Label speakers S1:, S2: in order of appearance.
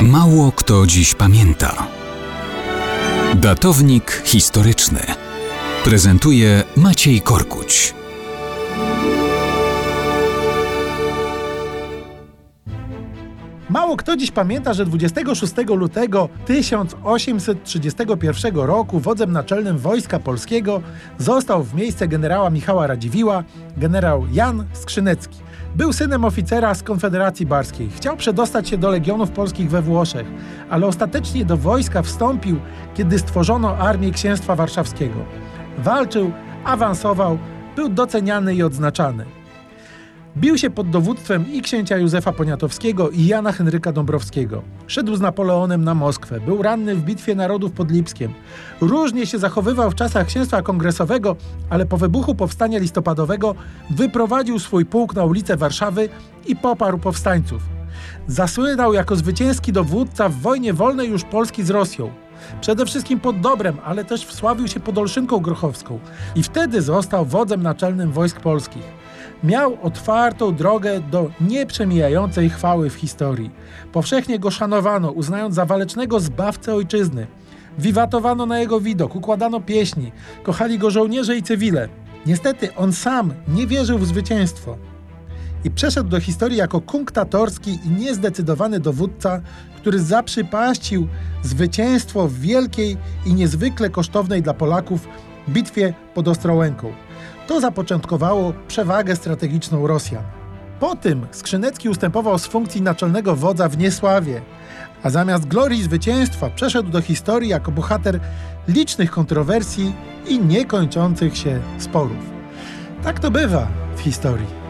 S1: Mało kto dziś pamięta. Datownik historyczny prezentuje Maciej Korkuć.
S2: Mało kto dziś pamięta, że 26 lutego 1831 roku wodzem naczelnym Wojska Polskiego został w miejsce generała Michała Radziwiłła generał Jan Skrzynecki. Był synem oficera z Konfederacji Barskiej. Chciał przedostać się do Legionów Polskich we Włoszech, ale ostatecznie do wojska wstąpił, kiedy stworzono Armię Księstwa Warszawskiego. Walczył, awansował, był doceniany i odznaczany. Bił się pod dowództwem i księcia Józefa Poniatowskiego i Jana Henryka Dąbrowskiego. Szedł z Napoleonem na Moskwę, był ranny w Bitwie Narodów pod Lipskiem. Różnie się zachowywał w czasach księstwa kongresowego, ale po wybuchu powstania listopadowego wyprowadził swój pułk na ulice Warszawy i poparł powstańców. Zasłynął jako zwycięski dowódca w wojnie wolnej już Polski z Rosją. Przede wszystkim pod Dobrem, ale też wsławił się pod Olszynką Grochowską i wtedy został wodzem naczelnym wojsk polskich. Miał otwartą drogę do nieprzemijającej chwały w historii. Powszechnie go szanowano, uznając za walecznego zbawcę ojczyzny. Wiwatowano na jego widok, układano pieśni, kochali go żołnierze i cywile. Niestety on sam nie wierzył w zwycięstwo i przeszedł do historii jako kunktatorski i niezdecydowany dowódca, który zaprzypaścił zwycięstwo w wielkiej i niezwykle kosztownej dla Polaków bitwie pod Ostrołęką. To zapoczątkowało przewagę strategiczną Rosjan. Po tym Skrzynecki ustępował z funkcji naczelnego wodza w niesławie, a zamiast glorii zwycięstwa przeszedł do historii jako bohater licznych kontrowersji i niekończących się sporów. Tak to bywa w historii.